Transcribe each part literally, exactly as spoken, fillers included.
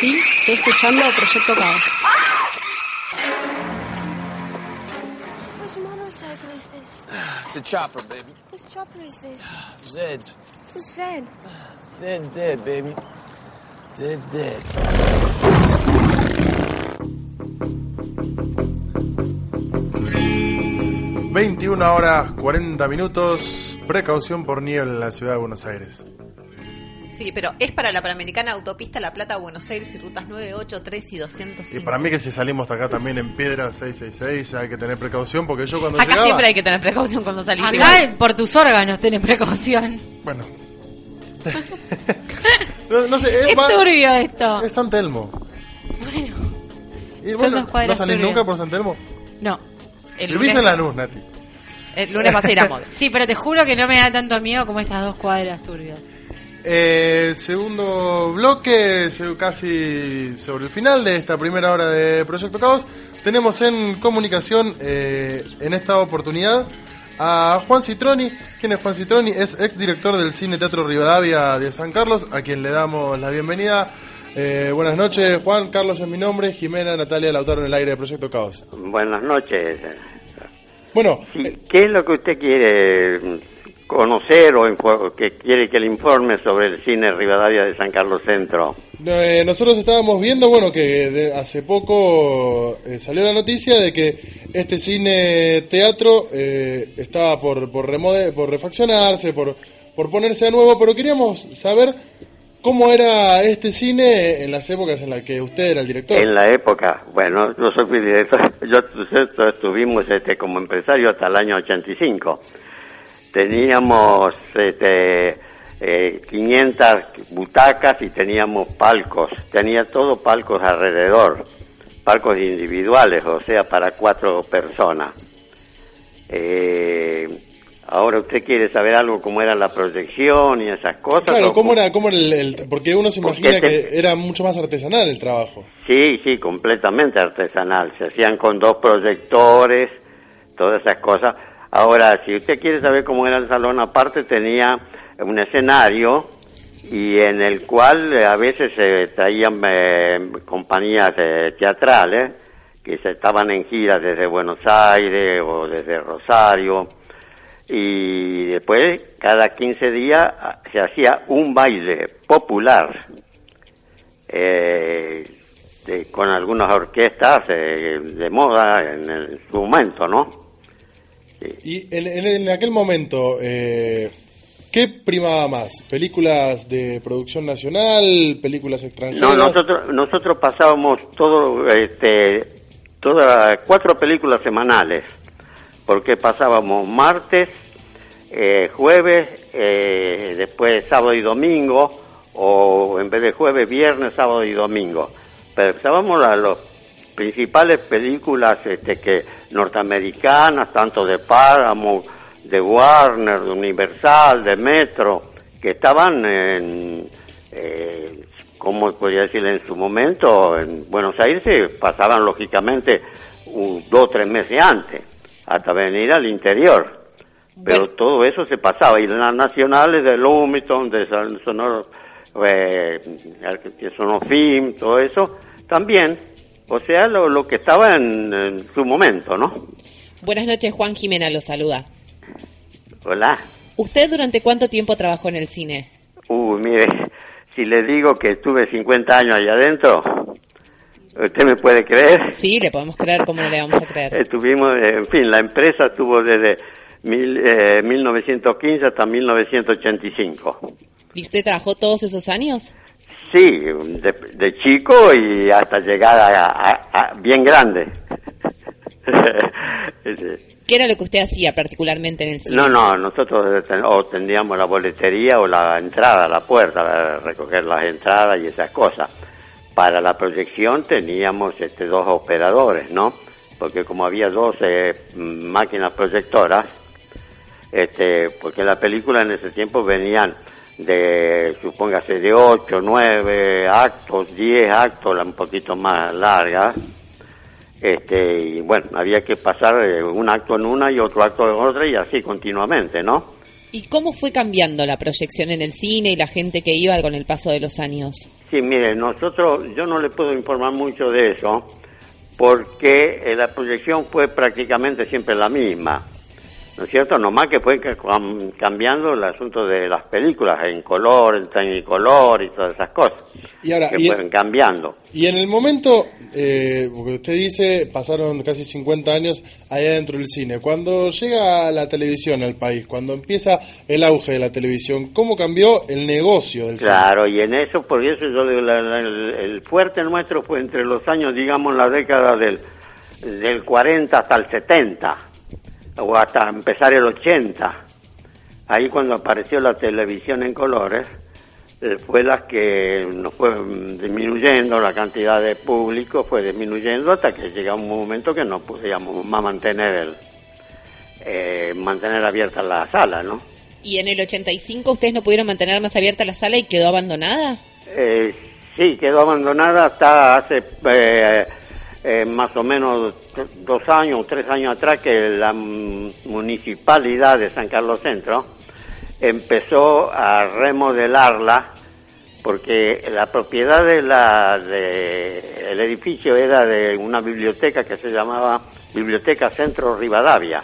Sí, estoy escuchando Proyecto Caos. Whose motorcycle is this? It's a chopper, baby. Whose chopper is this? Zed's. Who's Zed? Zed's dead, baby. Zed's dead. veintiuna horas cuarenta minutos. Precaución por niebla en la ciudad de Buenos Aires. Sí, pero es para la Panamericana, Autopista La Plata, Buenos Aires y rutas nueve, ocho, tres y doscientos cinco. Y para mí que si salimos hasta acá también en Piedra seiscientos sesenta y seis hay que tener precaución, porque yo cuando Acá llegaba... siempre hay que tener precaución cuando salís. Acá igual. por tus órganos tenés precaución. Bueno. no, no sé, es, Es va- turbio esto. es San Telmo. Bueno, Y Son bueno, dos cuadras ¿no salís turbias. nunca por San Telmo? no. El Vivís lunes, en Lanús, Nati. el lunes vas a ir a moda. Sí, pero te juro que no me da tanto miedo como estas dos cuadras turbias. Eh, segundo bloque, se- casi sobre el final de esta primera hora de Proyecto Caos. Tenemos en comunicación, eh, en esta oportunidad, a Juan Citroni. ¿Quién es Juan Citroni? Es exdirector del Cine Teatro Rivadavia de San Carlos, a quien le damos la bienvenida. Eh, buenas noches, Juan. Carlos es mi nombre, Jimena, Natalia, Lautaro en el aire de Proyecto Caos. Buenas noches. Bueno, Sí, eh, ¿qué es lo que usted quiere conocer o info- que quiere que le informe sobre el cine Rivadavia de San Carlos Centro? Eh, nosotros estábamos viendo, bueno, que de- hace poco eh, salió la noticia de que este cine teatro eh, estaba por por, remode- por refaccionarse, por, por ponerse a nuevo, pero queríamos saber cómo era este cine en las épocas en las que usted era el director. En la época, bueno, yo soy director, yo nosotros estuvimos este, como empresario hasta el año ochenta y cinco. Teníamos este, eh, quinientas butacas y teníamos palcos, tenía todo palcos alrededor, palcos individuales, o sea, para cuatro personas. Eh, ahora usted quiere saber algo, cómo era la proyección y esas cosas. Claro, ¿o ¿cómo era, cómo era el, el- porque uno se Porque imagina te- que era mucho más artesanal el trabajo. Sí, sí, completamente artesanal. Se hacían con dos proyectores, todas esas cosas. Ahora, si usted quiere saber cómo era el salón, aparte tenía un escenario y en el cual eh, a veces se traían eh, compañías eh, teatrales que se estaban en gira desde Buenos Aires o desde Rosario, y después cada quince días ah, se hacía un baile popular eh, de- con algunas orquestas eh, de moda en, el- en su momento, ¿no? Y en, en- en aquel momento, eh, ¿qué primaba más? ¿Películas de producción nacional? ¿Películas extranjeras? No, nosotros nosotros pasábamos todo, este, todas cuatro películas semanales, porque pasábamos martes, eh, jueves, eh, después sábado y domingo, o en vez de jueves, viernes, sábado y domingo. Pero pasábamos a las principales películas este, que norteamericanas, tanto de Paramount, de Warner, de Universal, de Metro, que estaban en, eh, como podría decir en su momento, en Buenos Aires se pasaban lógicamente un, dos o tres meses antes, hasta venir al interior. Pero Bueno. todo eso se pasaba, y las nacionales de Lumiton, de San- Sonor, eh, que Sonofilm, todo eso, también, o sea, lo, lo que estaba en, en su momento, ¿no? Buenas noches, Juan. Jimena lo saluda. Hola. ¿Usted durante cuánto tiempo trabajó en el cine? Uy, mire, si le digo que estuve cincuenta años allá adentro, ¿usted me puede creer? Sí, le podemos creer, ¿cómo no le vamos a creer? Estuvimos, eh, en fin, la empresa estuvo desde mil, eh, mil novecientos quince hasta mil novecientos ochenta y cinco. ¿Y usted trabajó todos esos años? Sí, de, de chico y hasta llegar a, a- a bien grande. ¿Qué era lo que usted hacía particularmente en el cine? No, no, nosotros ten- o tendríamos la boletería o la entrada, la puerta, eh, recoger las entradas y esas cosas. Para la proyección teníamos este, dos operadores, ¿no? Porque como había dos eh, máquinas proyectoras, este, porque la película en ese tiempo venían de, supóngase, de ocho, nueve actos, diez actos, un poquito más largas. Este, y bueno, había que pasar eh, un acto en una y otro acto en otra y así continuamente, ¿no? ¿Y cómo fue cambiando la proyección en el cine y la gente que iba con el paso de los años? Sí, mire, nosotros, yo no le puedo informar mucho de eso, porque eh, la proyección fue prácticamente siempre la misma, ¿no es cierto? Nomás que fue cam- cambiando el asunto de las películas en color, en tecnicolor y todas esas cosas, Y ahora, que y, fueron cambiando. y en el momento, eh, porque usted dice, pasaron casi cincuenta años allá dentro del cine. Cuando llega la televisión al país, cuando empieza el auge de la televisión, ¿cómo cambió el negocio del Claro, y en eso, por eso yo digo, la- la- el, el fuerte nuestro fue entre los años, digamos, la década del, del cuarenta hasta el setenta, o hasta empezar el ochenta. Ahí cuando apareció la televisión en colores, eh, fue la que nos fue mm, disminuyendo, la cantidad de público fue disminuyendo hasta que llegó un momento que no podíamos más mantener el, eh, mantener abierta la sala, ¿no? ¿Y en el ochenta y cinco ustedes no pudieron mantener más abierta la sala y quedó abandonada? Eh, sí, quedó abandonada hasta hace eh, eh, más o menos t- dos años o tres años atrás que la mm, municipalidad de San Carlos Centro empezó a remodelarla porque la propiedad de la de el edificio era de una biblioteca que se llamaba Biblioteca Centro Rivadavia.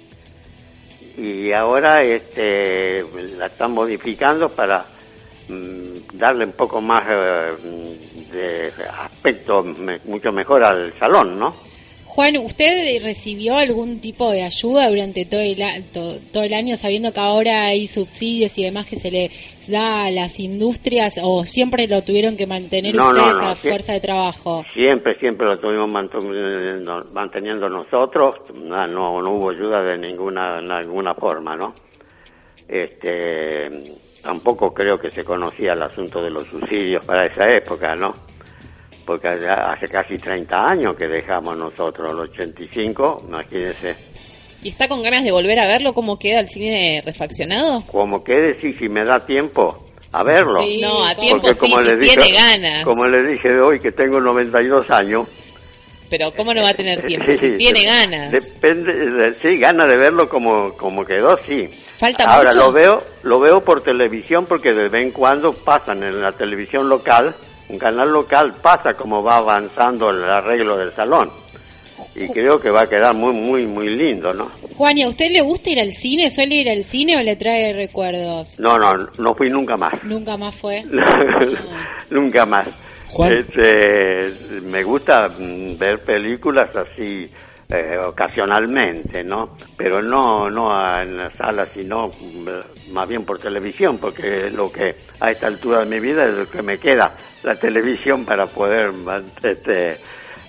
Y ahora este la están modificando para mm, darle un poco más eh, de aspecto me- mucho mejor al salón, ¿no? Juan, ¿usted recibió algún tipo de ayuda durante todo el, a- to- todo el año, sabiendo que ahora hay subsidios y demás que se le da a las industrias, o siempre lo tuvieron que mantener No, no, ustedes no, a sí. fuerza de trabajo? Siempre, siempre lo estuvimos manteniendo, manteniendo nosotros, no, no, no hubo ayuda de ninguna, ninguna forma, ¿no? Este, tampoco creo que se conocía el asunto de los subsidios para esa época, ¿no? Porque ya hace casi treinta años que dejamos nosotros, el ochenta y cinco, imagínense, ¿Y está con ganas de volver a verlo cómo queda el cine refaccionado? como que decir, si me da tiempo a verlo. Sí, No, a ¿cómo? tiempo Porque sí, como si les dije- tiene ganas. Como les dije de hoy, que tengo noventa y dos años. Pero ¿cómo no va a tener tiempo? Sí, Si tiene de- ganas. Depende, de- sí, ganas de verlo como, como quedó, sí. ¿Falta Ahora mucho? lo veo, lo veo por televisión porque de vez en cuando pasan en la televisión local, un canal local pasa como va avanzando el arreglo del salón. Y creo que va a quedar muy, muy, muy lindo, ¿no? Juan, ¿y a usted le gusta ir al cine? ¿Suele ir al cine o le trae recuerdos? No, no, no fui nunca más. Nunca más fue. Nunca más. Juan. Este, me gusta mm, ver películas así eh, ocasionalmente, ¿no? Pero no no a- en la sala, sino mm, más bien por televisión, porque es lo que a esta altura de mi vida es lo que me queda, la televisión para poder man- este, eh,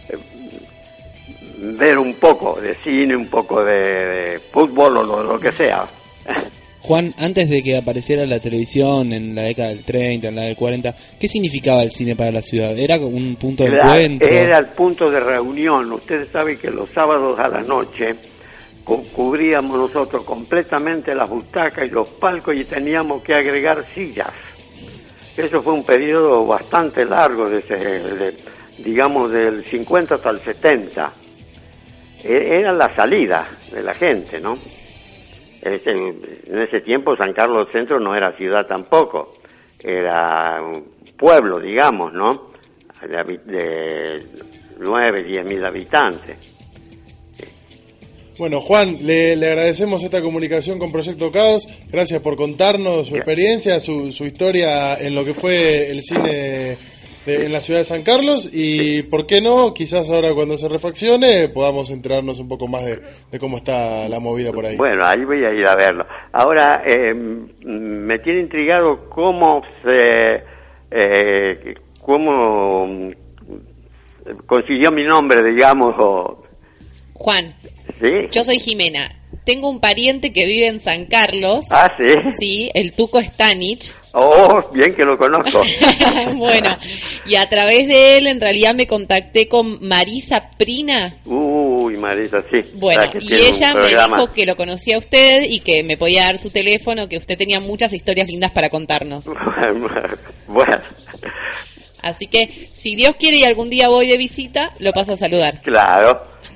ver un poco de cine, un poco de, de fútbol o lo, lo que sea. Juan, antes de que apareciera la televisión en la década del treinta, en la del cuarenta, ¿qué significaba el cine para la ciudad? ¿Era un punto de Era, encuentro? era el punto de reunión. Ustedes saben que los sábados a la noche cu- cubríamos nosotros completamente las butacas y los palcos y teníamos que agregar sillas. Eso fue un periodo bastante largo, de ese, de- digamos del cincuenta hasta el setenta. E- Era la salida de la gente, ¿no? Ese- en ese tiempo San Carlos Centro no era ciudad tampoco, era un pueblo, digamos, ¿no? De, habi- de nueve, diez mil habitantes. Bueno, Juan, le, le agradecemos esta comunicación con Proyecto Caos. Gracias por contarnos su experiencia, su, su historia en lo que fue el cine de- en la ciudad de San Carlos. Y, ¿por qué no? Quizás ahora cuando se refaccione podamos enterarnos un poco más de, de cómo está la movida por ahí. Bueno, ahí voy a ir a verlo. Ahora, eh, me tiene intrigado cómo se... Eh, cómo mm, consiguió mi nombre, digamos, o... Juan, ¿Sí? yo soy Jimena. Tengo un pariente que vive en San Carlos. Ah, sí. Sí, el Tuco Stanich. Oh, bien que lo conozco. Bueno, y a través de él en realidad me contacté con Marisa Prina. Uy, Marisa, sí. Bueno, La que y tiene un ella me programa. dijo que lo conocía a usted y que me podía dar su teléfono, que usted tenía muchas historias lindas para contarnos. Bueno, Así que, si Dios quiere y algún día voy de visita, lo paso a saludar. claro.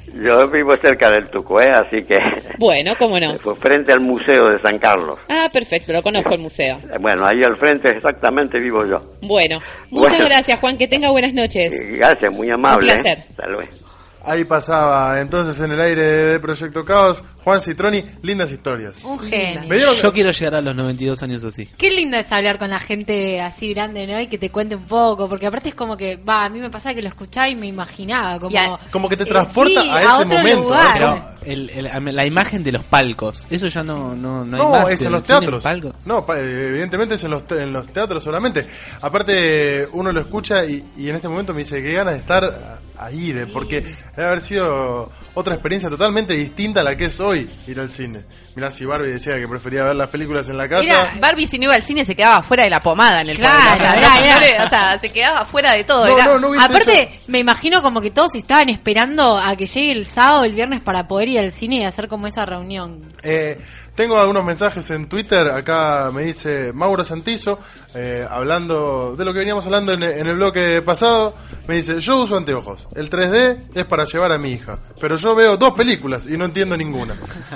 Yo vivo cerca del Tuco, ¿eh? Así que... Bueno, cómo no. Fue frente al Museo de San Carlos. Ah, perfecto, lo conozco el museo. Eh, Bueno, ahí al frente exactamente vivo yo. Bueno, muchas Bueno. gracias, Juan, que tenga buenas noches. Gracias, muy amable. Un placer. ¿eh? Hasta luego. Ahí pasaba entonces en el aire de Proyecto Caos Juan Citroni, lindas historias. Un genio. Me dieron- Yo quiero llegar a los noventa y dos años así. Qué lindo es hablar con la gente así grande, ¿no? Y que te cuente un poco, porque aparte es como que, va, a mí me pasaba que lo escuchaba y me imaginaba, como... Y a- Como que te eh, transporta sí, a ese otro momento. lugar. Pero el, el- la imagen de los palcos, eso ya no, no, no hay No, más. es en ¿El los cine teatros. palco? No, pa- evidentemente es en los, te- en los teatros solamente. Aparte, uno lo escucha y, y en este momento me dice que ganas de estar ahí, de, porque debe haber sido otra experiencia totalmente distinta a la que es hoy ir al cine. Mirá, si Barbie decía que prefería ver las películas en la casa. Era, Barbie, si no iba al cine, se quedaba fuera de la pomada en el Claro, cuadro. O sea, era- no- era- no le- o sea, se quedaba fuera de todo. No, era- no, no hubiese Aparte, hecho- me imagino como que todos estaban esperando a que llegue el sábado o el viernes para poder ir al cine y hacer como esa reunión. Eh, tengo algunos mensajes en Twitter. Acá me dice Mauro Santizo, eh, hablando de lo que veníamos hablando en, en el bloque pasado. Me dice: yo uso anteojos. El tres D es para llevar a mi hija, pero yo veo dos películas y no entiendo ninguna.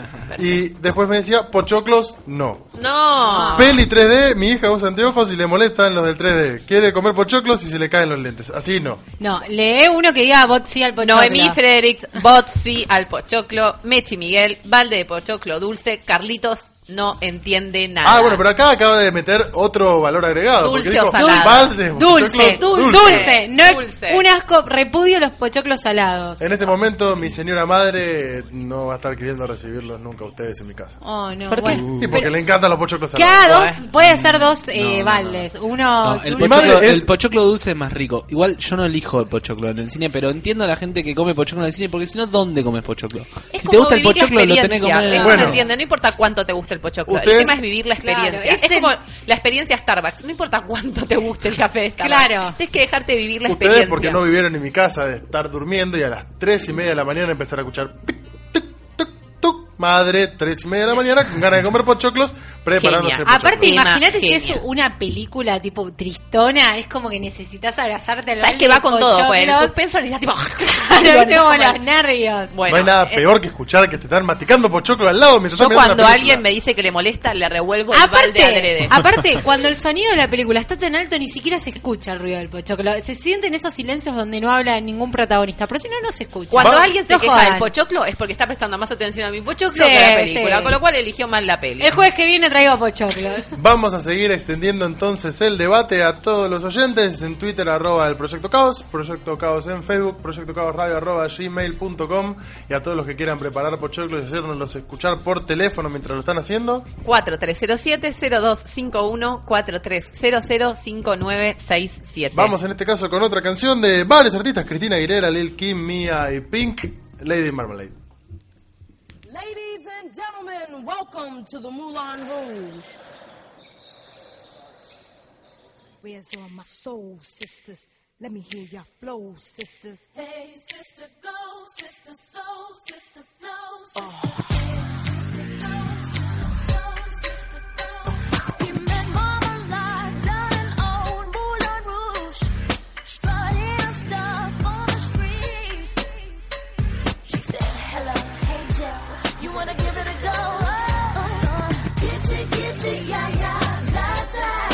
Y después me decía: pochoclos, no. No. Peli tres D, mi hija usa anteojos y le molestan los del tres D. Quiere comer pochoclos y se le caen los lentes. Así no. No, lee uno que diga bot sí al pochoclo. Noemí Fredericks, Botsi al pochoclo, Mechi Miguel, Balde de pochoclo dulce, Carlitos no entiende nada. Ah, bueno, pero acá acaba de meter otro valor agregado. Dulce porque o dijo, salado. balde, Dulce, pochoclos, dulce, dulce, no, Dulce. un asco, repudio los pochoclos salados. En este momento, mi señora madre no va a estar queriendo recibirlos nunca a ustedes en mi casa. Oh, no, ¿Por qué? bueno. Sí, porque le encantan los pochoclos Que salados. haga dos, puede ser dos eh, No, no, baldes. Uno No, el, dulce. Mi madre pochoclo, es- el pochoclo dulce es más rico. Igual yo no elijo el pochoclo en el cine, pero entiendo a la gente que come pochoclo en el cine, porque si no, ¿dónde comes pochoclo? Es si como te gusta el vivir la pochoclo, lo tenés que experiencia. comer en Eso Bueno. se entiende, no importa cuánto te guste el pochoclo. Ustedes- El tema es vivir la experiencia. Claro, es es como en- la experiencia Starbucks. No importa cuánto te guste el café de Starbucks. Claro. Tienes que dejarte vivir la Ustedes experiencia. porque no vivieron en mi casa de estar durmiendo y a las tres y media de la mañana empezar a escuchar pic, tic, tuc, tuc. Madre, tres y media de la mañana con ganas de comer pochoclos, preparándose Genia. pochoclos. Aparte, imagínate si Genia. es una película tipo tristona, es como que necesitas abrazarte al Sabes balde que va de con todo, pues el pochoclos. suspenso necesitas tipo. Claro, viste como los nervios. Bueno, no hay nada eh, peor que escuchar que te están masticando pochoclo al lado mientras Yo estás mirando cuando una alguien película. me dice que le molesta, le revuelvo el balde adrede. Aparte, aparte, cuando el sonido de la película está tan alto, ni siquiera se escucha el ruido del pochoclo. Se sienten esos silencios donde no habla ningún protagonista, pero si no, no se escucha. Cuando Va- alguien se No queja jodan. del pochoclo es porque está prestando más atención a mi pochoclo Sí, que a la película, sí. con lo cual eligió mal la peli. El jueves que viene traigo pochoclo. Vamos a seguir extendiendo entonces el debate a todos los oyentes en Twitter, arroba el Proyecto Caos, Proyecto Caos en Facebook, Proyecto Caos Radio arroba gmail punto com, y a todos los que quieran preparar pochoclos y hacernos escuchar por teléfono mientras lo están haciendo. cuatro tres cero siete cero dos cinco uno cuatro tres cero cero cinco nueve seis siete. Vamos en este caso con otra canción de varios artistas: Cristina Aguilera, Lil Kim, Mia y Pink, Lady Marmalade. Ladies and gentlemen, welcome to the Moulin Rouge. Where's all my soul sisters? Let me hear your flow, sisters. Hey, sister, go, sister, soul, sister, flow, sister. Hey, sister, go, sister, soul, sister, go. We met Marmalade down in old Moulin Rouge, strutting stuff on the street. She said, hello, hey Joe, you wanna give it a go? Oh, oh. Gitchy, gitchy, yeah, yeah, da, da.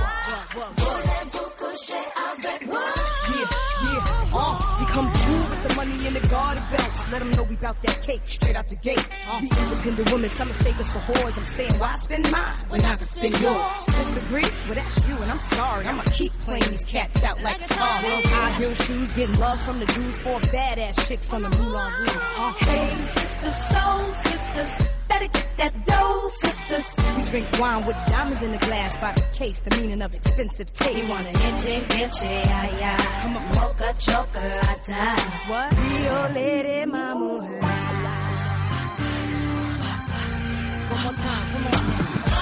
Yeah, yeah, uh, we come through with the money in the garden belts. Let them know we bout that cake straight out the gate. Be independent women, some mistake us for whores. I'm saying, why spend mine when I can spend yours? Disagree? Well, that's you, and I'm sorry. I'ma keep playing these cats out like a car. High heel shoes, getting love from the Jews, four badass chicks from the Moulin Rouge. Uh, hey, sisters, soul sisters, better get that dough, sisters. We drink wine with diamonds in the glass by the case, the meaning of expensive taste. You want an inche, inche, ay, ay. Come on, mocha chocolate. What? Rio Lady Mama. One more time, come on.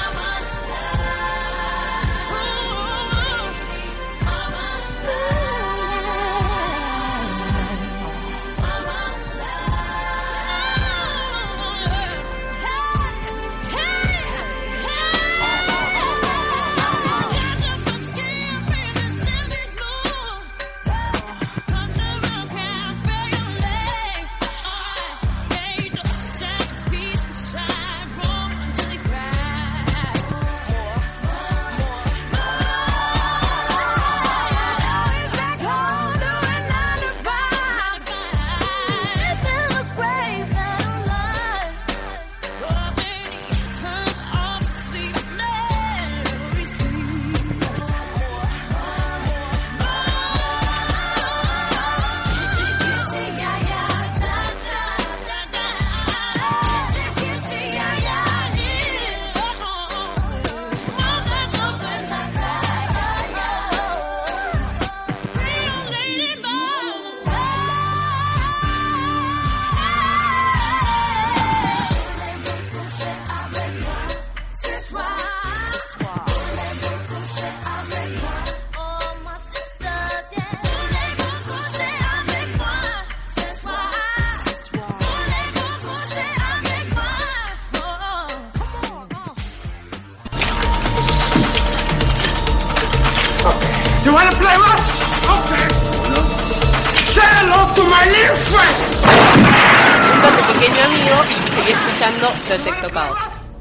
You wanna play rough? Okay. Say hello to my little friend. Junto a tu pequeño amigo y seguí escuchando Proyecto Caos.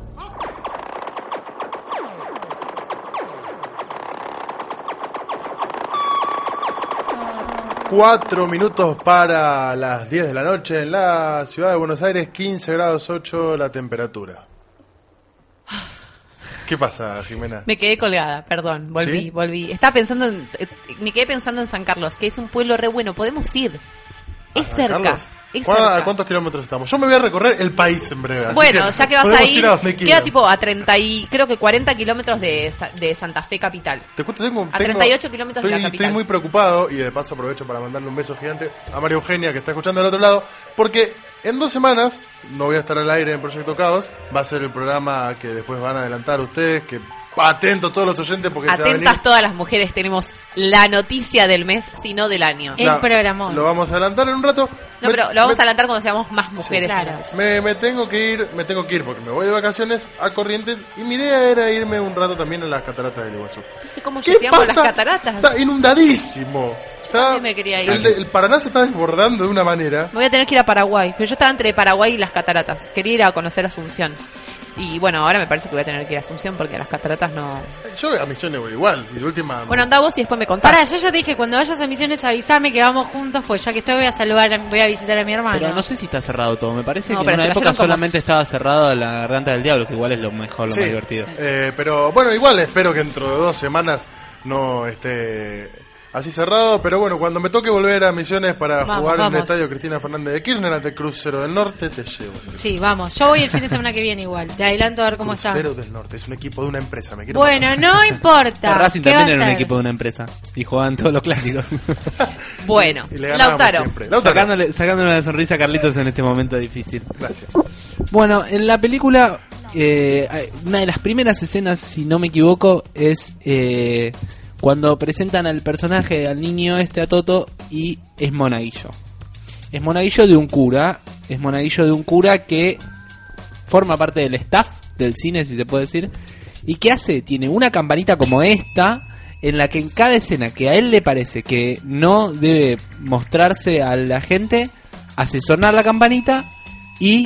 Cuatro minutos para las diez de la noche en la ciudad de Buenos Aires, quince grados ocho la temperatura. ¿Qué pasa, Jimena? Me quedé colgada, perdón, volví, ¿Sí? volví. Estaba pensando en, eh, me quedé pensando en San Carlos, que es un pueblo re bueno, podemos ir. Es ¿San cerca. Carlos? Es ¿Cuá- cerca. ¿A cuántos kilómetros estamos? Yo me voy a recorrer el país en breve. así Bueno, ya que vas podemos a ir, ir a donde queda quieran. tipo a treinta y creo que cuarenta kilómetros de, Sa- de Santa Fe capital. Te cuento, tengo, A tengo- treinta y ocho kilómetros de estoy, la capital. Estoy muy preocupado y de paso aprovecho para mandarle un beso gigante a María Eugenia que está escuchando del otro lado, porque en dos semanas no voy a estar al aire en Proyecto Caos, va a ser el programa que después van a adelantar ustedes, que atentos todos los oyentes porque se va a venir. Atentas todas las mujeres, tenemos la noticia del mes, sino del año. El programón. Lo vamos a adelantar en un rato. No, Me- pero lo vamos me- a adelantar cuando seamos más mujeres. Claro. en el mes. Me, me tengo que ir, me tengo que ir porque me voy de vacaciones a Corrientes y mi idea era irme un rato también a las cataratas del Iguazú. ¿Viste cómo ¿Qué lleteamos las pasa? cataratas? Está inundadísimo. Está- también me quería ir. El, de- el Paraná se está desbordando de una manera. Me voy a tener que ir a Paraguay, pero yo estaba entre Paraguay y las cataratas. Quería ir a conocer Asunción. Y bueno, ahora me parece que voy a tener que ir a Asunción porque a las cataratas no... Yo a Misiones voy igual. Y de última. Bueno, anda vos y después me contás. Pará, yo ya te dije, cuando vayas a Misiones avísame que vamos juntos, pues ya que estoy voy a saludar, a- voy a visitar a mi hermano. Pero no sé si está cerrado todo. Me parece No, que pero en se una cayeron época como- solamente estaba cerrado la garganta del diablo, que igual es lo mejor, lo Sí, más divertido. eh, pero bueno, igual espero que dentro de dos semanas no esté así cerrado. Pero bueno, cuando me toque volver a Misiones para Vamos, jugar en vamos. el estadio Cristina Fernández de Kirchner ante Crucero del Norte, te llevo. Sí, vamos. Yo voy el fin de semana que viene igual. Te adelanto a ver cómo está. Crucero del Norte, es un equipo de una empresa. Me quiero Bueno, matar. no importa. Racing ¿Qué va también a era un hacer? equipo de una empresa y jugaban todos los clásicos. Bueno, Y le ganábamos Lautaro. siempre. Lautaro. Sacándole, sacándole una sonrisa a Carlitos en este momento difícil. Gracias. Bueno, en la película, eh, hay- una de las primeras escenas, si no me equivoco, es eh, cuando presentan al personaje, al niño este, a Toto, y es monaguillo. Es monaguillo de un cura, es monaguillo de un cura que forma parte del staff del cine, si se puede decir. ¿Y qué hace? Tiene una campanita como esta, en la que en cada escena que a él le parece que no debe mostrarse a la gente, hace sonar la campanita y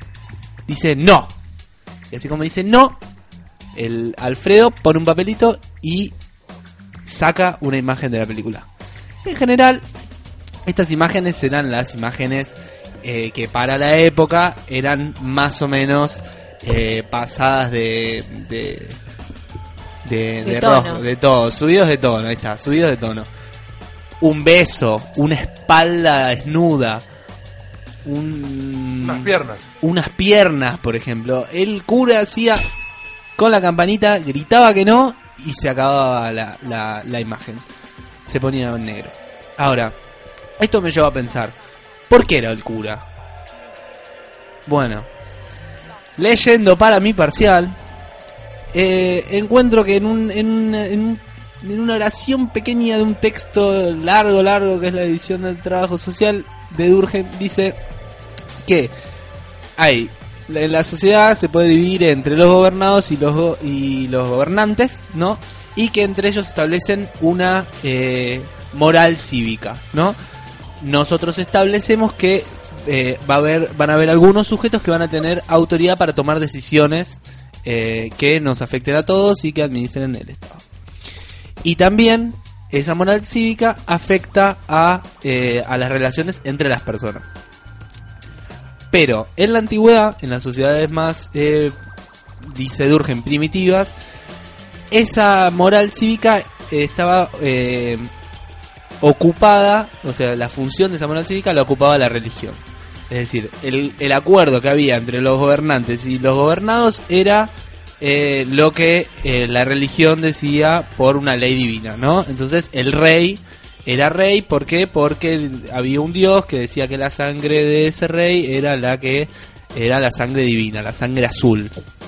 dice no. Y así como dice no, el Alfredo pone un papelito y saca una imagen de la película. En general, Estas imágenes eran las imágenes eh, que para la época eran más o menos eh, pasadas de de de, De de tono. rojo, de todo, subidos de tono, ahí está, subidos de tono. Un beso, una espalda desnuda, un, Unas piernas. unas piernas, por ejemplo. El cura hacía con la campanita, gritaba que no y se acababa la, la, la imagen. Se ponía en negro. Ahora, esto me lleva a pensar, ¿por qué era el cura? Bueno, leyendo para mi parcial, eh, encuentro que en, un, en, un, en, un, en una oración pequeña de un texto largo, largo, que es la edición del trabajo social de Durkheim, dice que hay, en la sociedad se puede dividir entre los gobernados y los, go- y los gobernantes, ¿no? Y que entre ellos establecen una eh, moral cívica, ¿no? Nosotros establecemos que eh, va a haber, van a haber algunos sujetos que van a tener autoridad para tomar decisiones eh, que nos afecten a todos y que administren el Estado. Y también esa moral cívica afecta a, eh, a las relaciones entre las personas. Pero en la antigüedad, en las sociedades más, eh, dice Durkheim, primitivas, esa moral cívica eh, estaba eh, ocupada, o sea, la función de esa moral cívica la ocupaba la religión. Es decir, el, el acuerdo que había entre los gobernantes y los gobernados era eh, lo que eh, la religión decía por una ley divina, ¿no? Entonces el rey era rey, ¿por qué? Porque había un dios que decía que la sangre de ese rey era la que era la sangre divina, la sangre azul.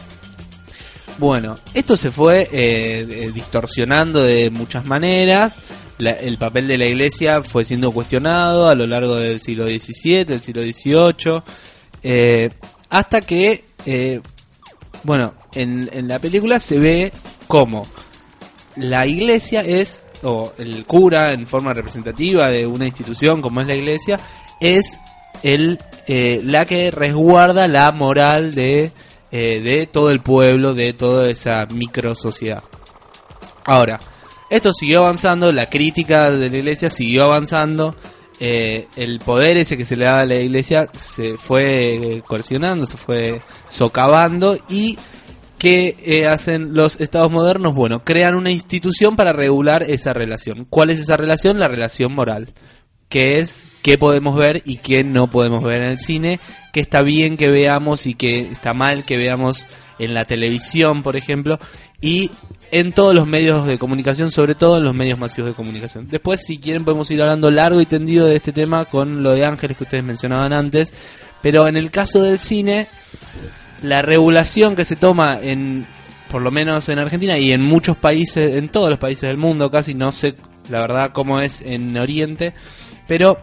Bueno, esto se fue eh, eh, distorsionando de muchas maneras. La, el papel de la iglesia fue siendo cuestionado a lo largo del siglo diecisiete, del siglo dieciocho, eh, hasta que, eh, bueno, en, en la película se ve cómo la iglesia es, o el cura en forma representativa de una institución como es la iglesia, es el eh, la que resguarda la moral de, eh, de todo el pueblo, de toda esa micro sociedad. Ahora, esto siguió avanzando, la crítica de la iglesia siguió avanzando, eh, el poder ese que se le daba a la iglesia se fue eh, coercionando, se fue socavando. Y ¿qué eh, hacen los estados modernos? Bueno, crean una institución para regular esa relación. ¿Cuál es esa relación? La relación moral, que es qué podemos ver y qué no podemos ver en el cine, qué está bien que veamos y qué está mal que veamos en la televisión, por ejemplo, y en todos los medios de comunicación, sobre todo en los medios masivos de comunicación. Después, si quieren, podemos ir hablando largo y tendido de este tema con lo de Ángeles que ustedes mencionaban antes, pero en el caso del cine, la regulación que se toma en, por lo menos en Argentina y en muchos países, en todos los países del mundo, casi no sé la verdad cómo es en Oriente, pero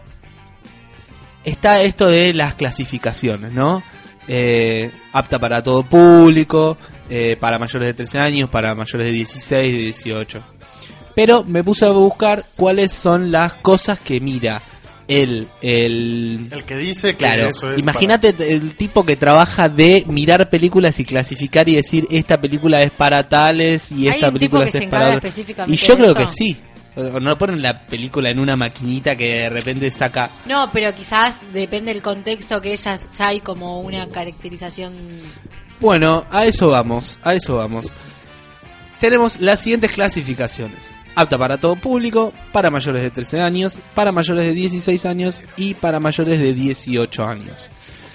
está esto de las clasificaciones, ¿no? Eh, apta para todo público, eh, para mayores de trece años, para mayores de dieciséis, de dieciocho. Pero me puse a buscar cuáles son las cosas que mira el el, el que dice que claro, eso es imagínate para... el tipo que trabaja de mirar películas y clasificar y decir esta película es para tales y esta película es para otros. Y yo creo que sí. No ponen la película en una maquinita que de repente saca... No, pero quizás depende del contexto que ya, ya hay como una caracterización. Bueno, a eso vamos, a eso vamos. Tenemos las siguientes clasificaciones. Apta para todo público, para mayores de trece años, para mayores de dieciséis años y para mayores de dieciocho años.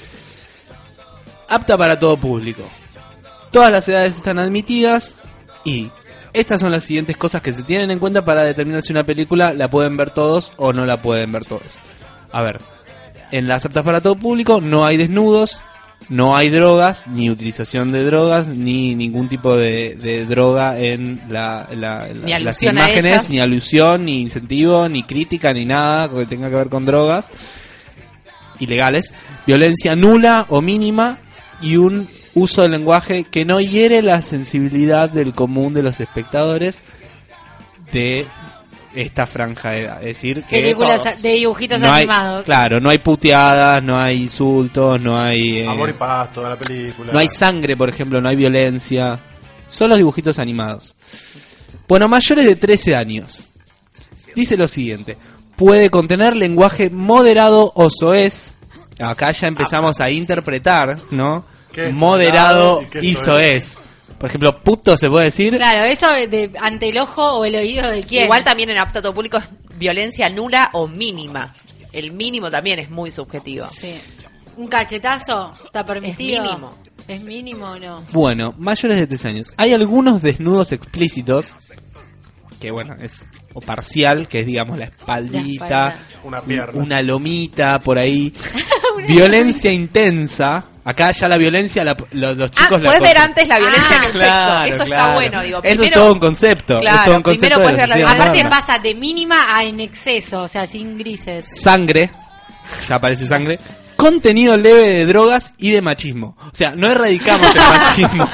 Apta para todo público. Todas las edades están admitidas y... estas son las siguientes cosas que se tienen en cuenta para determinar si una película la pueden ver todos o no la pueden ver todos. A ver, en las aptas para todo público no hay desnudos, no hay drogas, ni utilización de drogas, ni ningún tipo de, de droga en la, la, la, ni las imágenes, ni alusión, ni incentivo, ni crítica, ni nada que tenga que ver con drogas ilegales. Violencia nula o mínima y un uso del lenguaje que no hiere la sensibilidad del común de los espectadores de esta franja de edad. Es decir, que películas todos, de dibujitos no hay, animados. claro, no hay puteadas, no hay insultos, no hay... Eh, amor y paz, toda la película. No hay sangre, por ejemplo, no hay violencia. Son los dibujitos animados. Bueno, mayores de trece años. Dice lo siguiente. puede contener lenguaje moderado o soez. Acá ya empezamos a interpretar, ¿no? ¿Qué? Moderado ¿Y qué y soez? soez. Por ejemplo, puto se puede decir. Claro, eso de, ante el ojo o el oído de quién. Igual también en apto público es violencia nula o mínima. El mínimo también es muy subjetivo. Sí. Un cachetazo está permitido. Es mínimo. ¿Es mínimo o no? Bueno, mayores de tres años. Hay algunos desnudos explícitos, que bueno, es o parcial, que es digamos la espaldita, La espalda. Una pierna. una lomita por ahí. Violencia intensa. Acá ya la violencia, la- los, los Ah, chicos la puedes ver cosa- antes la violencia Ah, en el Claro, sexo. Eso claro. está bueno, digo. Eso es Primero, todo un concepto. Claro, es todo un concepto primero de puedes ver la sociedad Aparte moderna. pasa de mínima a en exceso, o sea, sin grises. Sangre, ya aparece sangre. Contenido leve de drogas y de machismo. O sea, no erradicamos el machismo.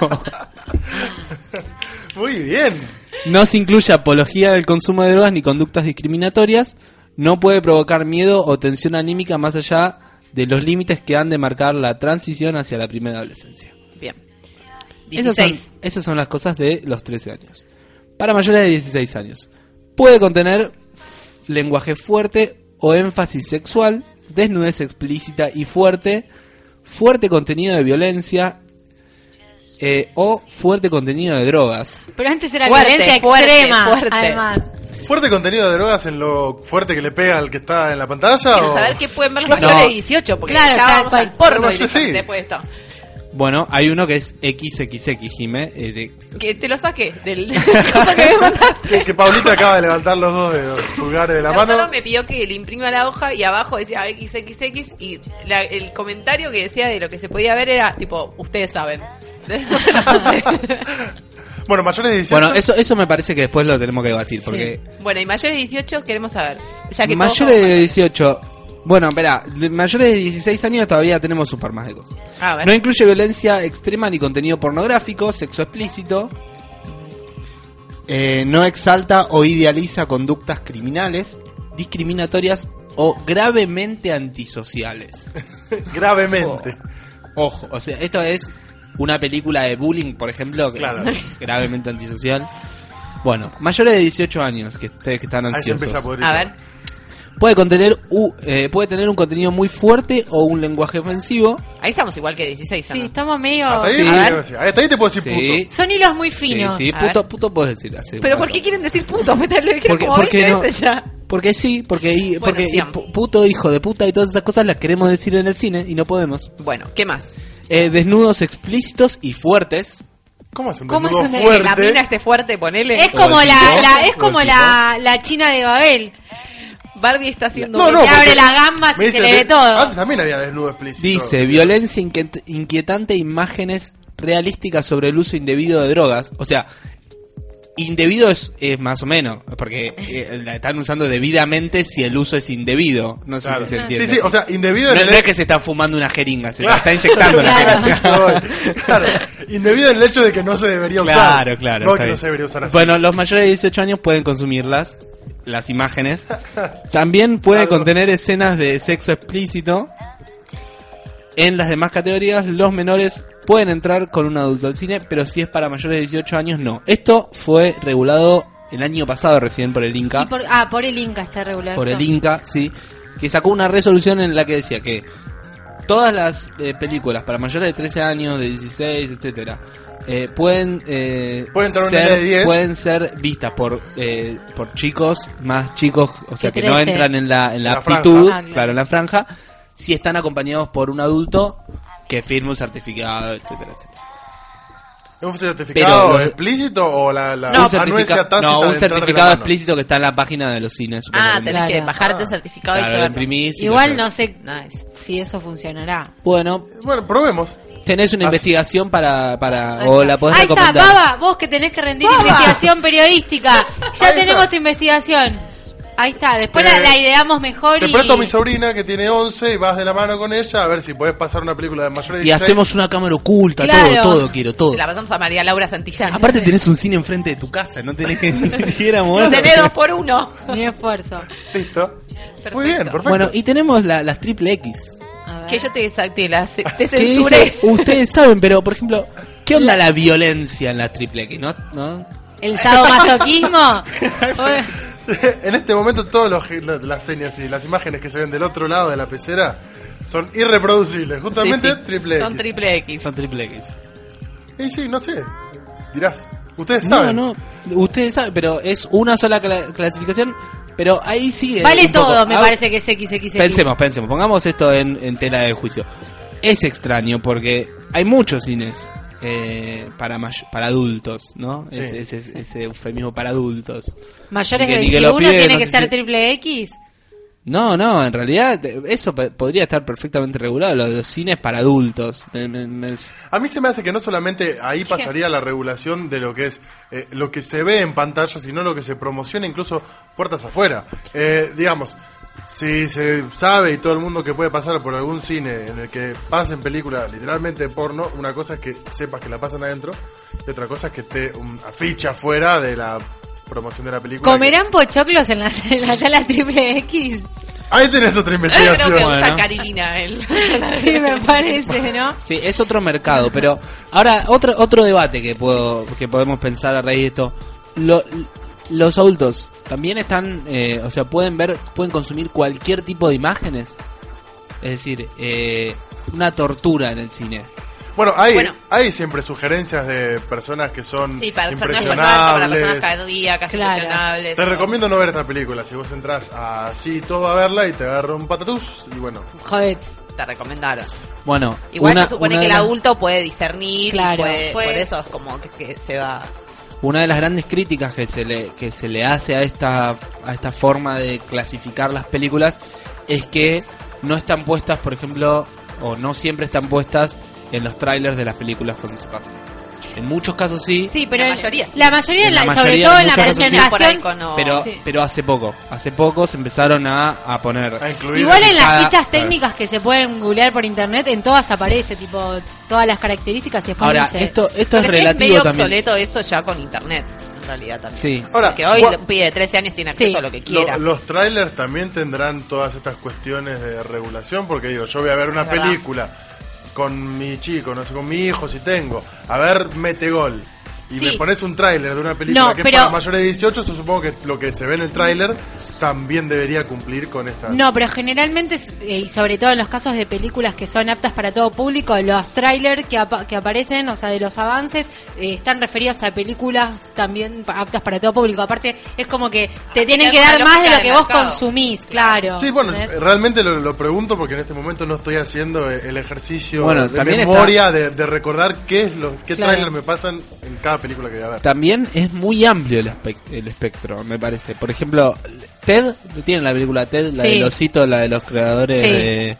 Muy bien. No se incluye apología del consumo de drogas ni conductas discriminatorias. No puede provocar miedo o tensión anímica más allá de los límites que han de marcar la transición hacia la primera adolescencia. Bien. Esas dieciséis. son, esas son las cosas de los trece años. Para mayores de dieciséis años. Puede contener lenguaje fuerte o énfasis sexual, desnudez explícita y fuerte, fuerte contenido de violencia eh, o fuerte contenido de drogas. Pero antes era Fuerte, violencia fuerte, extrema, fuerte. además. ¿Fuerte contenido de drogas en lo fuerte que le pega al que está en la pantalla? Quiero o- saber qué pueden ver los Claro. mayores de dieciocho, porque Claro, ya o sea, vamos cual- al porno Pero sí. después de esto. Bueno, hay uno que es equis equis equis, Jime. eh, de- Que te lo saqué del cosa que me mandaste. Que, que Paulita acaba de levantar los dos dedos pulgares de la Lautaro mano. me pidió que le imprima la hoja y abajo decía equis equis equis y la- el comentario que decía de lo que se podía ver era tipo, ustedes saben. No sé. Bueno, mayores de dieciocho. Bueno, eso, eso me parece que después lo tenemos que debatir. Porque Bueno, y mayores de dieciocho queremos saber. Ya que mayores todos de somos- dieciocho. Bueno, espera, de mayores de dieciséis años todavía tenemos un par más de cosas. A ver. No incluye violencia extrema ni contenido pornográfico, sexo explícito. Eh, no exalta o idealiza conductas criminales, discriminatorias o gravemente antisociales. Gravemente. Ojo, o sea, esto es una película de bullying, por ejemplo, que Claro. es gravemente antisocial. Bueno, mayores de dieciocho años, que ustedes que están Ahí se ansiosos. empieza a poder. A ver. Puede contener u- eh, puede tener un contenido muy fuerte o un lenguaje ofensivo. Ahí estamos igual que dieciséis, ¿o Sí, no? estamos medio... Hasta ahí, Sí. te A puedo ver. decir. Hasta ahí te puedo decir Sí. puto. Son hilos muy Sí, finos. sí, A puto, ver. puto puedes decir así. Pero bueno. ¿por qué quieren decir puto? Me lo dijeron Porque, como porque veinte no, veces ya. porque sí, porque, y- Bueno, porque y sigamos. pu- puto, hijo de puta y todas esas cosas las queremos decir en el cine y no podemos. Bueno, ¿qué más? Eh, desnudos explícitos y fuertes. ¿Cómo es un ¿Cómo desnudo es un- Que la fuerte? mina esté fuerte, ponele. Es como O el la, tipo, la- es o como el la, la China de Babel. Barbie está haciendo... No, un- no, que abre porque las gambas me y dice se le de- ve todo. Antes también había desnudo explícito. Dice, violencia inquiet- inquietante, imágenes realísticas sobre el uso indebido de drogas. O sea, indebido es, es más o menos, porque eh, la están usando debidamente si el uso es indebido. No sé Claro. si se entiende. Sí, sí, o sea, indebido no, en el no es que se están fumando una jeringa, se la Claro. está inyectando la Claro. jeringa. Eso voy. Claro. Indebido en el hecho de que no se debería usar. Claro, claro. No está que no bien. se debería usar así. Bueno, los mayores de dieciocho años pueden consumirlas, las imágenes. También puede Claro. contener escenas de sexo explícito. En las demás categorías, los menores pueden entrar con un adulto al cine, pero si es para mayores de dieciocho años, no. Esto fue regulado el año pasado recién por el Inca. Y por- ah, por el Inca está regulado. Por el esto. Inca, sí. Que sacó una resolución en la que decía que todas las eh, películas para mayores de trece años, de dieciséis, etcétera, eh, pueden eh, Puede entrar un ser, nene de diez. pueden ser vistas por eh, por chicos más chicos, o sea Que que no trece. entran en la en la La aptitud, franja. Ah, claro. claro, en la franja, si están acompañados por un adulto que firme un certificado, etcétera, etcétera. ¿Es un certificado Pero los- explícito o la, la No, un certifica- anuencia tácita no, de un entrar de la certificado mano? explícito que está en la página de los cines. supongo Ah, que- tenés que Claro. bajarte el Ah. certificado y Claro, lo llevarlo. imprimís y lo Igual llevas. no sé Nice. si eso funcionará. Bueno, Bueno, probemos. tenés una Así- investigación para, para Ahí o está. la podés Ahí está, recomendar. Baba, vos que tenés que rendir Baba. investigación periodística. Ya Ahí tenemos está. tu investigación. Ahí está, después Te- la, la ideamos mejor Te y... presto a mi sobrina que tiene once y vas de la mano con ella a ver si podés pasar una película de mayores de Y dieciséis. hacemos una cámara oculta, Claro. todo, todo quiero, todo. Se la pasamos a María Laura Santillán. Aparte tenés un cine enfrente de tu casa, no tenés que ni siquiera moverte. Tenés dos por uno. Mi esfuerzo. Listo. Perfecto. Muy bien, perfecto. Bueno, y tenemos la- las triple X. A ver. Que yo te, te, la, te Que censuré. dice, ustedes saben, pero por ejemplo, ¿qué onda la violencia en las triple X? ¿No? ¿No? ¿El sadomasoquismo? Oye, En este momento todas los- las señas y las imágenes que se ven del otro lado de la pecera son irreproducibles. Justamente Sí, sí. triple X. Son triple X. Son triple X. Y sí, no sé. Dirás. Ustedes No, saben. no, ustedes saben, pero es una sola cla- clasificación, pero ahí sigue. Vale un poco. todo, me Ah, parece que es equis equis equis. Pensemos, pensemos, pongamos esto en, en tela de juicio. Es extraño porque hay muchos cines eh, para may- para adultos, ¿no? Sí. Ese, ese, ese eufemismo para adultos. Mayores Que de ni que lo veintiuno pide, tiene no que sé ser si- triple X. No, no, en realidad eh, eso pe- podría estar perfectamente regulado, lo de los cines para adultos. Me- me- me- A mí se me hace que no solamente ahí pasaría la regulación de lo que es eh, lo que se ve en pantalla, sino lo que se promociona incluso puertas afuera. Eh, digamos, si se sabe y todo el mundo que puede pasar por algún cine en el que pasen películas literalmente porno, una cosa es que sepas que la pasan adentro y otra cosa es que esté un afiche afuera de la promoción de la película. ¿Comerán pochoclos en la, en la sala triple X? Ahí tenés otra Creo investigación. que usa Bueno. carilina él. Sí, me parece, ¿no? Sí, es otro mercado, pero ahora otro otro debate que puedo que podemos pensar a raíz de esto. Lo- los adultos también están, eh, o sea, pueden ver, pueden consumir cualquier tipo de imágenes. Es decir, eh, una tortura en el cine. Bueno, hay, Bueno. hay siempre sugerencias de personas que son Sí, para personas impresionables. para personas cardíacas, Claro. impresionables. Te o- recomiendo no ver esta película. Si vos entras así todo a verla y te agarra un patatús, y bueno. Joder. Te recomendaron. Bueno, Igual una, se supone una que de el las- adulto puede discernir, Claro, y puede, puede- por eso es como que, que se va... Una de las grandes críticas que se le que se le hace a esta a esta forma de clasificar las películas es que no están puestas, por ejemplo, o no siempre están puestas en los trailers de las películas cuando se pasan. En muchos casos sí, Sí, pero La en- mayoría sí. la mayoría, En la la- mayoría, sobre todo en en la muchos casos sí. presentación. Por ahí con- no- pero Sí. pero hace poco, hace poco se empezaron a, a poner A incluir Igual en las cada- fichas claro. técnicas que se pueden googlear por internet, en todas aparece, tipo, todas las características y después Ahora, dice- esto esto es Porque es relativo medio también. obsoleto eso ya con internet, en realidad también. Sí. Ahora, Porque hoy gua- un pibe de trece años tiene acceso Sí. a lo que lo- quiera. los trailers también tendrán todas estas cuestiones de regulación, porque digo, yo voy a ver una Es verdad. película con mi chico, no sé, con mi hijo si tengo, a ver Metegol. Y Sí. me pones un tráiler de una película No, que pero- es para mayores de dieciocho, yo supongo que lo que se ve en el tráiler también debería cumplir con estas. No, pero generalmente, eh, y sobre todo en los casos de películas que son aptas para todo público, los trailers que, apa- que aparecen, o sea, de los avances, eh, están referidos a películas también pa- aptas para todo público. Aparte, es como que te tienen que una dar más de lógica lo que de vos mercado. consumís, claro. Sí, bueno, ¿entendés? realmente lo, lo pregunto porque en este momento no estoy haciendo eh, el ejercicio Bueno, de también memoria de, de recordar qué es lo qué Claro. tráiler me pasan en cada película que voy a ver. También es muy amplio el, espec- el espectro, me parece. Por ejemplo, Ted, tienen la película Ted, la Sí. del osito, la de los creadores Sí. de...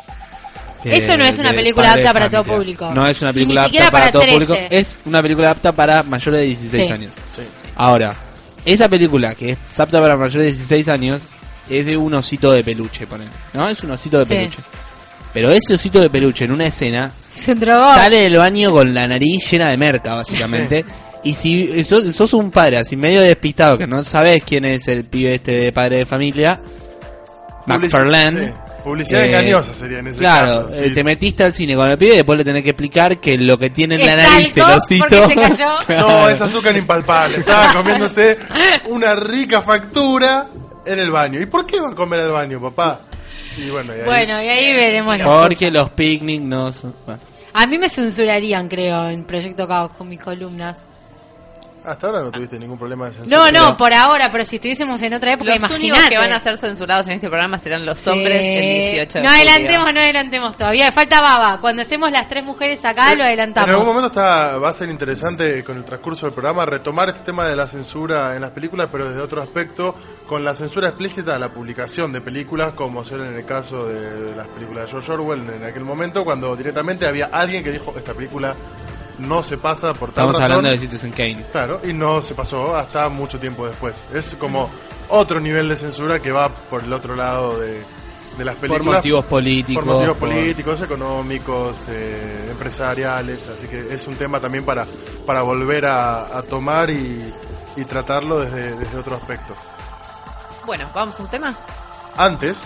Eso no es una de película Padre de apta para todo Familia. público. No es una Y película ni siquiera apta para, para todo trece. público. Es una película apta para mayores de dieciséis Sí. años. Sí. Ahora, esa película que es apta para mayores de dieciséis años es de un osito de peluche, ponen, ¿no? Es un osito de Sí. peluche. Pero ese osito de peluche en una escena Es un drogón. sale del baño con la nariz llena de merca, básicamente. Y si sos, sos un padre así medio despistado, que no sabes quién es el pibe este de Padre de Familia, Publici- McFarlane. sí. Publicidad eh, engañosa sería en ese claro, caso. eh, sí. te metiste al cine con el pibe y después le tenés que explicar que lo que tiene en la Es nariz el talco, osito... porque se cayó. No, es azúcar impalpable. Estaba comiéndose una rica factura en el baño. ¿Y por qué va a comer al baño, papá? Y bueno, y ahí- Bueno, y ahí veremos las Porque cosas. los picnic no son... bueno. A mí me censurarían, creo, en Proyecto Caos con mis columnas. hasta ahora no tuviste ningún problema de censura. No, no, por ahora, pero si estuviésemos en otra época, Los únicos imagínate. que van a ser censurados en este programa serán los Sí. hombres el dieciocho de No julio. adelantemos, no adelantemos todavía. Falta baba. Cuando estemos las tres mujeres acá, lo En algún adelantamos. momento está, va a ser interesante con el transcurso del programa retomar este tema de la censura en las películas, pero desde otro aspecto, con la censura explícita a la publicación de películas, como ser en el caso de, de las películas de George Orwell en aquel momento, cuando directamente había alguien que dijo, esta película no se pasa por tal Estamos razón. hablando de Citizen Kane. Claro, y no se pasó hasta mucho tiempo después. Es como otro nivel de censura que va por el otro lado de, de las películas. Por motivos políticos. Por motivos por- políticos, económicos, eh, empresariales. Así que es un tema también para, para volver a, a tomar y, y tratarlo desde, desde otro aspecto. Bueno, vamos a un tema. Antes,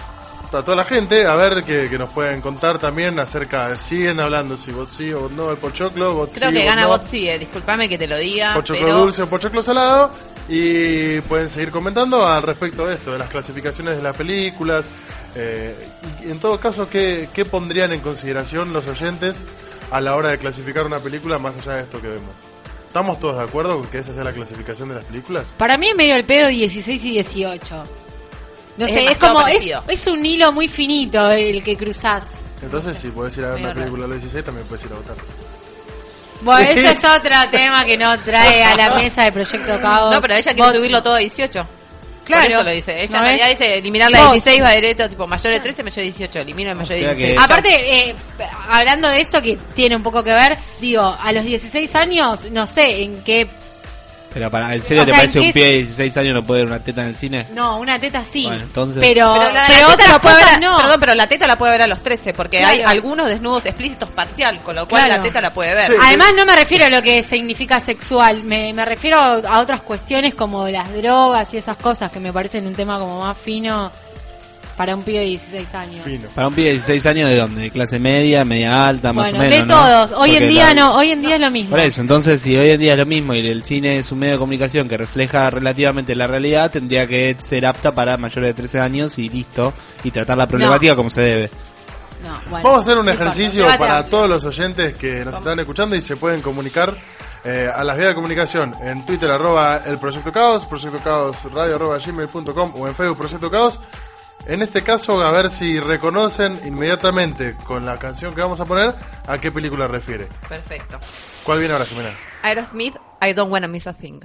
a toda la gente a ver que, que nos pueden contar también acerca, siguen hablando si vos sí o vos no el pochoclo, vos Creo sí, que vos gana no, vos sí, eh, discúlpame que te lo diga. pochoclo pero... dulce o pochoclo salado, y pueden seguir comentando al respecto de esto, de las clasificaciones de las películas. Eh, y en todo caso, ¿qué, ¿qué pondrían en consideración los oyentes a la hora de clasificar una película más allá de esto que vemos? ¿Estamos todos de acuerdo con que esa sea la clasificación de las películas? Para mí es medio el pedo dieciséis y dieciocho. No Es sé, es demasiado como, es, parecido. es un hilo muy finito el que cruzás. Entonces, si podés ir a ver Medio una película a los dieciséis, también podés ir a votar. Bueno, eso es otro tema que no trae a la mesa de Proyecto Caos. No, pero ella quiere Vos- subirlo todo a dieciocho. Claro. Por eso lo dice. Ella ¿No en realidad ves? dice eliminar la Vos- dieciséis, va derecho, tipo mayor de trece, mayor de dieciocho. Elimino el mayor de sea que- dieciséis. Aparte, eh, hablando de esto que tiene un poco que ver, digo, a los dieciséis años, no sé en qué... Pero para, ¿en serio O te sea, parece ¿en un qué pie de dieciséis años no puede ver una teta en el cine? No, una teta sí, Bueno, entonces- pero, Pero la, pero la teta otras la puede cosas ver, no. Perdón, pero la teta la puede ver a los trece, porque Claro. hay algunos desnudos explícitos parcial, con lo cual Claro. la teta la puede ver. Sí. Además no me refiero a lo que significa sexual, me, me refiero a otras cuestiones como las drogas y esas cosas que me parecen un tema como más fino para un pibe de dieciséis años. Fino. Para un pibe de dieciséis años, ¿de dónde? ¿De clase media, media alta, más Bueno, o menos? de ¿no? todos. Hoy Porque en día la- no, hoy en día es lo mismo. Por eso, entonces, si hoy en día es lo mismo y el cine es un medio de comunicación que refleja relativamente la realidad, tendría que ser apta para mayores de trece años y listo, y tratar la problemática como se debe. No, bueno, Vamos a hacer un no importa. ejercicio Debate para amplio. todos los oyentes que nos están escuchando y se pueden comunicar eh, a las vías de comunicación en Twitter, arroba el Proyecto Caos, Proyecto Caos Radio, arroba gmail punto com o en Facebook Proyecto Caos. En este caso, a ver si reconocen inmediatamente con la canción que vamos a poner a qué película refiere. Perfecto. ¿Cuál viene ahora, Jimena? Aerosmith, I don't wanna miss a thing.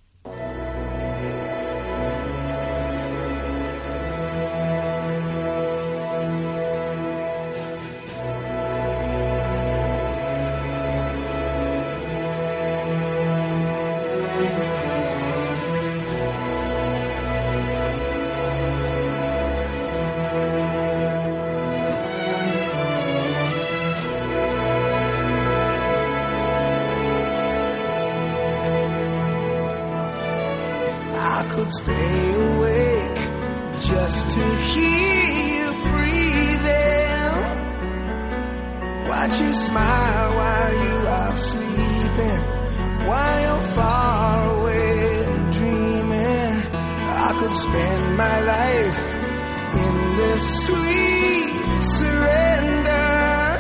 I could stay awake just to hear you breathing. Watch you smile while you are sleeping, while you're far away and dreaming. I could spend my life in this sweet surrender.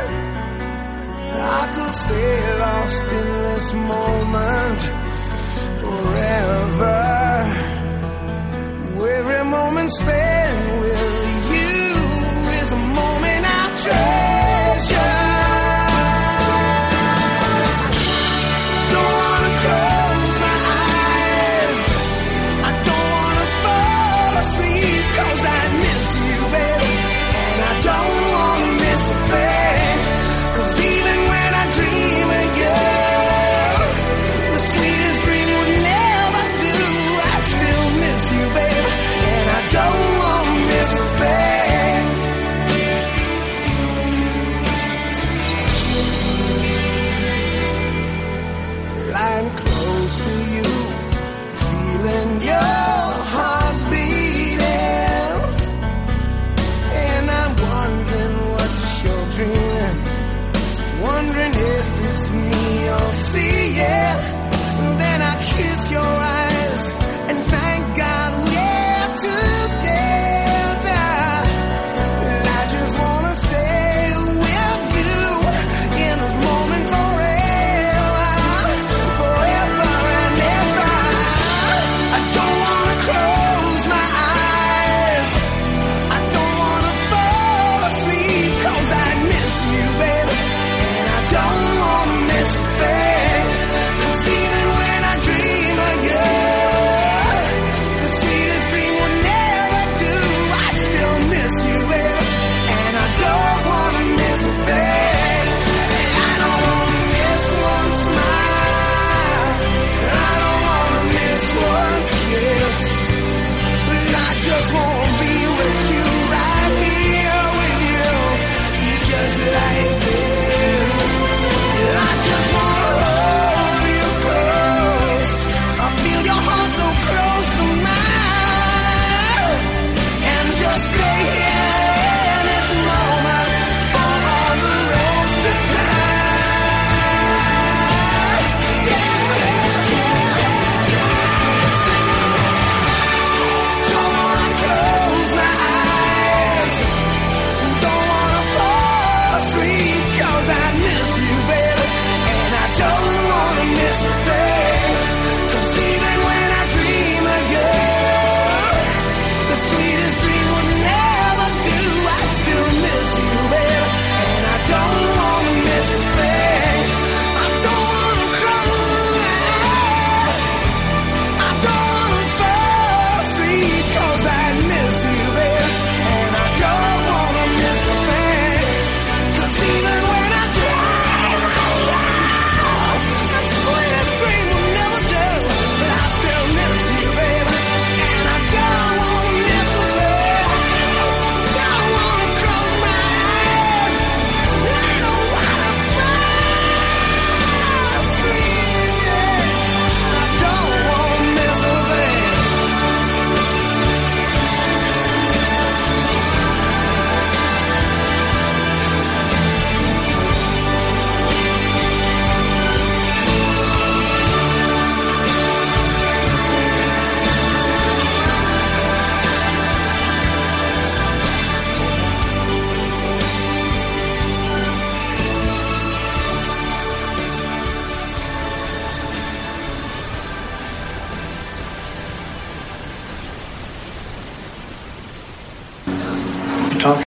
I could stay lost in this moment forever. Every moment spent with you is a moment I treasure. Don't wanna close my eyes, I don't wanna fall asleep, 'cause I miss you, baby, and I don't wanna miss a thing. 'Cause even when I dream of you, the sweetest dream would never do. I still miss you, baby, and I don't talking